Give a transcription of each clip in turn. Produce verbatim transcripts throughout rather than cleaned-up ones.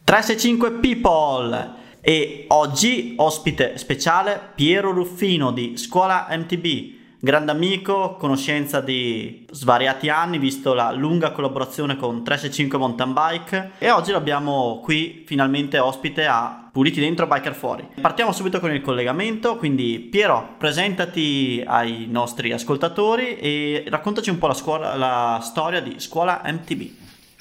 trecentosessantacinque People e oggi ospite speciale Piero Ruffino di Scuola M T B, grande amico, conoscenza di svariati anni visto la lunga collaborazione con trecentosessantacinque Mountain Bike, e oggi l'abbiamo qui finalmente ospite a Puliti Dentro Biker Fuori. Partiamo subito con il collegamento, quindi Piero, presentati ai nostri ascoltatori e raccontaci un po' la, scuola, la storia di Scuola M T B.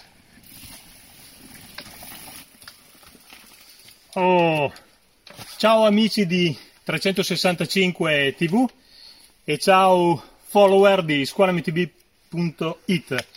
Oh, ciao amici di trecentosessantacinque T V e ciao follower di scuola m t b punto it.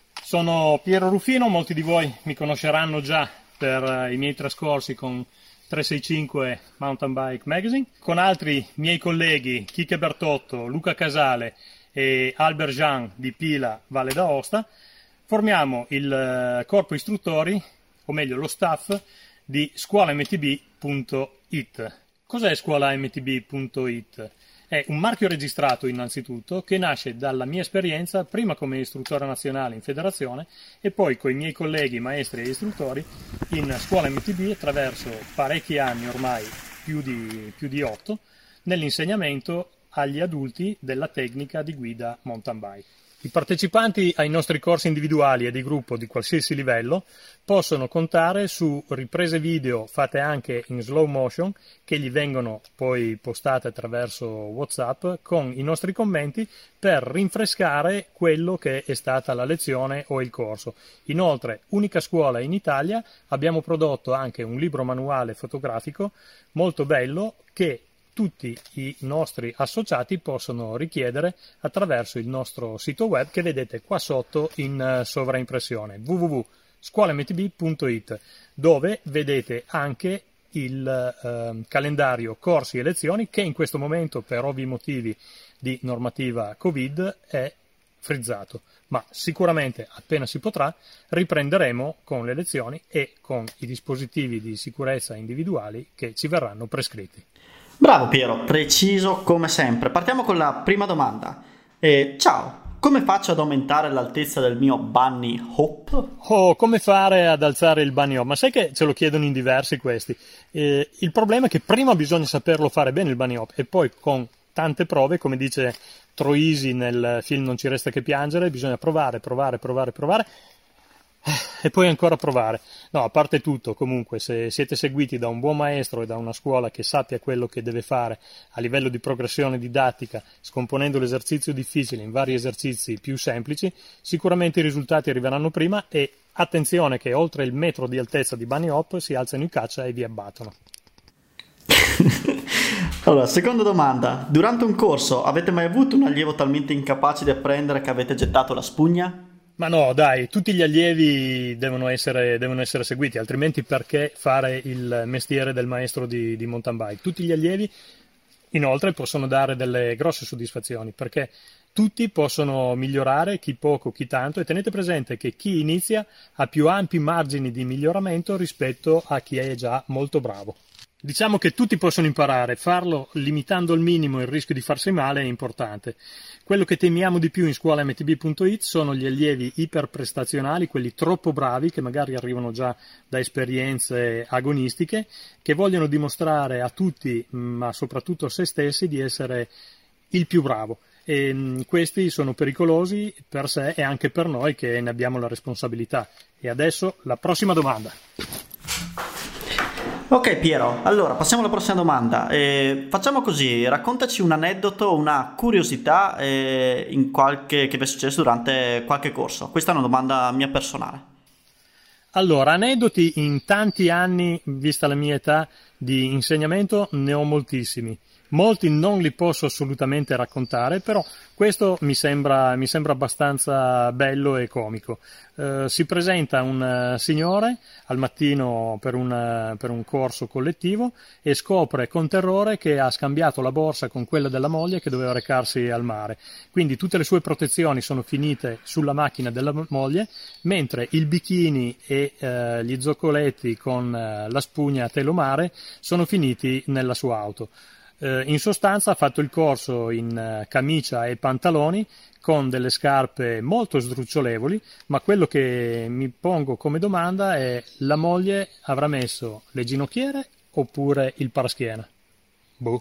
Sono Piero Ruffino, molti di voi mi conosceranno già per i miei trascorsi con trecentosessantacinque Mountain Bike Magazine. Con altri miei colleghi Chiche Bertotto, Luca Casale e Albert Jean di Pila Valle d'Aosta formiamo il corpo istruttori, o meglio lo staff, di scuola m t b punto it. Cos'è scuola m t b punto it? È un marchio registrato innanzitutto che nasce dalla mia esperienza prima come istruttore nazionale in federazione e poi con i miei colleghi maestri e istruttori in scuola M T B attraverso parecchi anni, ormai più di, più di otto, nell'insegnamento agli adulti della tecnica di guida mountain bike. I partecipanti ai nostri corsi individuali e di gruppo di qualsiasi livello possono contare su riprese video fatte anche in slow motion che gli vengono poi postate attraverso WhatsApp con i nostri commenti per rinfrescare quello che è stata la lezione o il corso. Inoltre, unica scuola in Italia, abbiamo prodotto anche un libro manuale fotografico molto bello che tutti i nostri associati possono richiedere attraverso il nostro sito web che vedete qua sotto in sovraimpressione, w w w punto scuola m t b punto it, dove vedete anche il eh, calendario corsi e lezioni che in questo momento per ovvi motivi di normativa Covid è frizzato, ma sicuramente appena si potrà riprenderemo con le lezioni e con i dispositivi di sicurezza individuali che ci verranno prescritti. Bravo Piero, preciso come sempre. Partiamo con la prima domanda. Eh, ciao, come faccio ad aumentare l'altezza del mio bunny hop? Oh, come fare ad alzare il bunny hop? Ma sai che ce lo chiedono in diversi questi. Eh, il problema è che prima bisogna saperlo fare bene il bunny hop e poi con tante prove, come dice Troisi nel film Non ci resta che piangere, bisogna provare, provare, provare, provare e poi ancora provare. No, a parte tutto, comunque, se siete seguiti da un buon maestro e da una scuola che sappia quello che deve fare a livello di progressione didattica, scomponendo l'esercizio difficile in vari esercizi più semplici, sicuramente i risultati arriveranno prima e attenzione che oltre il metro di altezza di bunny hop si alzano in caccia e vi abbattono. Allora, seconda domanda. Durante un corso avete mai avuto un allievo talmente incapace di apprendere che avete gettato la spugna? Ma no, dai, tutti gli allievi devono essere, devono essere seguiti, altrimenti perché fare il mestiere del maestro di, di mountain bike? Tutti gli allievi, inoltre, possono dare delle grosse soddisfazioni, perché tutti possono migliorare, chi poco, chi tanto, e tenete presente che chi inizia ha più ampi margini di miglioramento rispetto a chi è già molto bravo. Diciamo che tutti possono imparare, farlo limitando al minimo il rischio di farsi male è importante. Quello che temiamo di più in scuola m t b punto it sono gli allievi iperprestazionali, quelli troppo bravi, che magari arrivano già da esperienze agonistiche, che vogliono dimostrare a tutti, ma soprattutto a se stessi, di essere il più bravo. E mh, questi sono pericolosi per sé e anche per noi che ne abbiamo la responsabilità. E adesso la prossima domanda. Ok Piero, allora passiamo alla prossima domanda. Eh, facciamo così, raccontaci un aneddoto, una curiosità eh, in qualche, che vi è successo durante qualche corso. Questa è una domanda mia personale. Allora, aneddoti in tanti anni, vista la mia età di insegnamento, ne ho moltissimi. Molti non li posso assolutamente raccontare, però questo mi sembra, mi sembra abbastanza bello e comico. Eh, si presenta un uh, signore al mattino per un, uh, per un corso collettivo e scopre con terrore che ha scambiato la borsa con quella della moglie che doveva recarsi al mare. Quindi tutte le sue protezioni sono finite sulla macchina della moglie, mentre il bikini e uh, gli zoccoletti con uh, la spugna a telomare sono finiti nella sua auto. Eh, in sostanza ha fatto il corso in eh, camicia e pantaloni con delle scarpe molto sdrucciolevoli, ma quello che mi pongo come domanda è: la moglie avrà messo le ginocchiere oppure il paraschiena? Boh.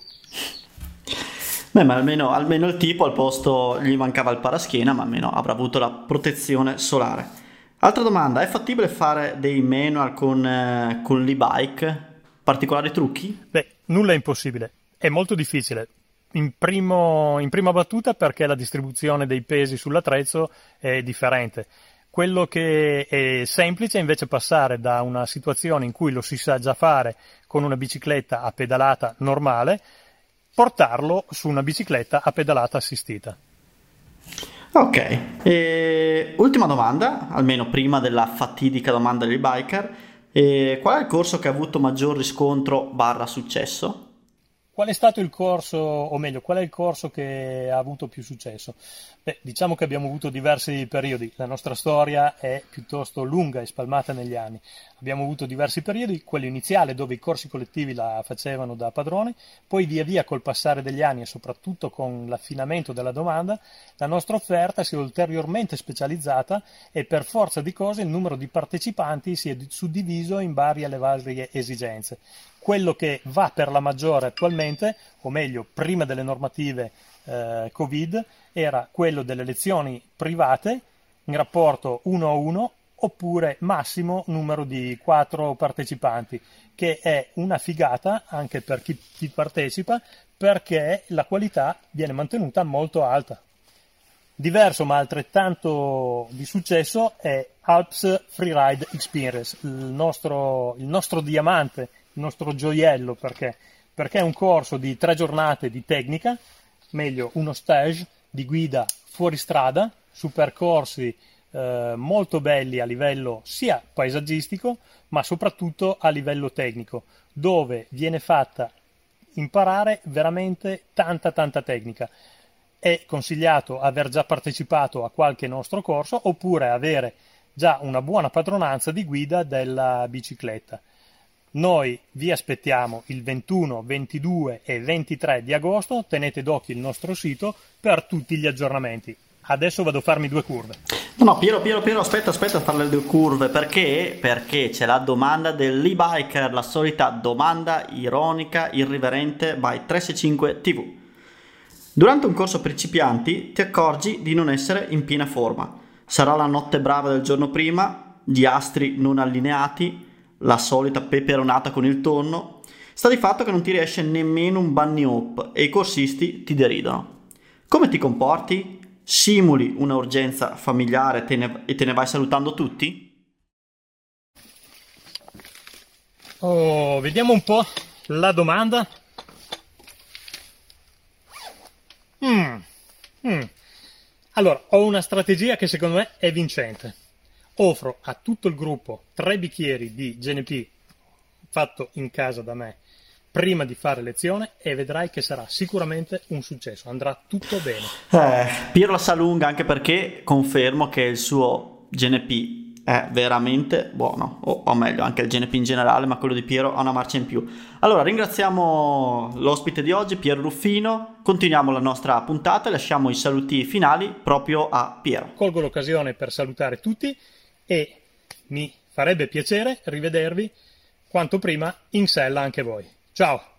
Beh, ma almeno, almeno il tipo al posto gli mancava il paraschiena, ma almeno avrà avuto la protezione solare. Altra domanda: è fattibile fare dei manual con, eh, con l'e-bike? Particolari trucchi? Beh, nulla è impossibile, è molto difficile. In, primo, in prima battuta perché la distribuzione dei pesi sull'attrezzo è differente. Quello che è semplice è invece passare da una situazione in cui lo si sa già fare con una bicicletta a pedalata normale, portarlo su una bicicletta a pedalata assistita. Ok, e ultima domanda, almeno prima della fatidica domanda dei biker. E qual è il corso che ha avuto maggior riscontro barra successo? Qual è stato il corso, o meglio, qual è il corso che ha avuto più successo? Beh, diciamo che abbiamo avuto diversi periodi, la nostra storia è piuttosto lunga e spalmata negli anni. Abbiamo avuto diversi periodi, quello iniziale dove i corsi collettivi la facevano da padrone, poi via via col passare degli anni e soprattutto con l'affinamento della domanda, la nostra offerta si è ulteriormente specializzata e per forza di cose il numero di partecipanti si è suddiviso in base alle varie esigenze. Quello che va per la maggiore attualmente, o meglio prima delle normative eh, Covid, era quello delle lezioni private in rapporto uno a uno oppure massimo numero di quattro partecipanti, che è una figata anche per chi, chi partecipa, perché la qualità viene mantenuta molto alta. Diverso ma altrettanto di successo è Alps Freeride Experience, il nostro, il nostro diamante, il nostro gioiello, perché? Perché è un corso di tre giornate di tecnica, meglio uno stage di guida fuori strada, su percorsi eh, molto belli a livello sia paesaggistico ma soprattutto a livello tecnico, dove viene fatta imparare veramente tanta tanta tecnica. È consigliato aver già partecipato a qualche nostro corso oppure avere già una buona padronanza di guida della bicicletta. Noi vi aspettiamo il ventuno, ventidue e ventitré di agosto, tenete d'occhio il nostro sito per tutti gli aggiornamenti. Adesso vado a farmi due curve. No, no, Piero, Piero, Piero, aspetta, aspetta a fare le due curve, perché? Perché c'è la domanda dell'e-biker, la solita domanda ironica, irriverente, by tre sei cinque tivù. Durante un corso principianti ti accorgi di non essere in piena forma. Sarà la notte brava del giorno prima, gli astri non allineati, la solita peperonata con il tonno. Sta di fatto che non ti riesce nemmeno un bunny hop e i corsisti ti deridono. Come ti comporti? Simuli una urgenza familiare te ne- e te ne vai salutando tutti? Oh, vediamo un po' la domanda. Mm. Mm. Allora, ho una strategia che secondo me è vincente. Offro a tutto il gruppo tre bicchieri di G N P fatto in casa da me prima di fare lezione e vedrai che sarà sicuramente un successo, andrà tutto bene. Eh, Piero la sa lunga, anche perché confermo che il suo G N P è veramente buono, o, o meglio anche il G N P in generale, ma quello di Piero ha una marcia in più. Allora ringraziamo l'ospite di oggi, Piero Ruffino, continuiamo la nostra puntata e lasciamo i saluti finali proprio a Piero. Colgo l'occasione per salutare tutti e mi farebbe piacere rivedervi quanto prima in sella anche voi. Ciao!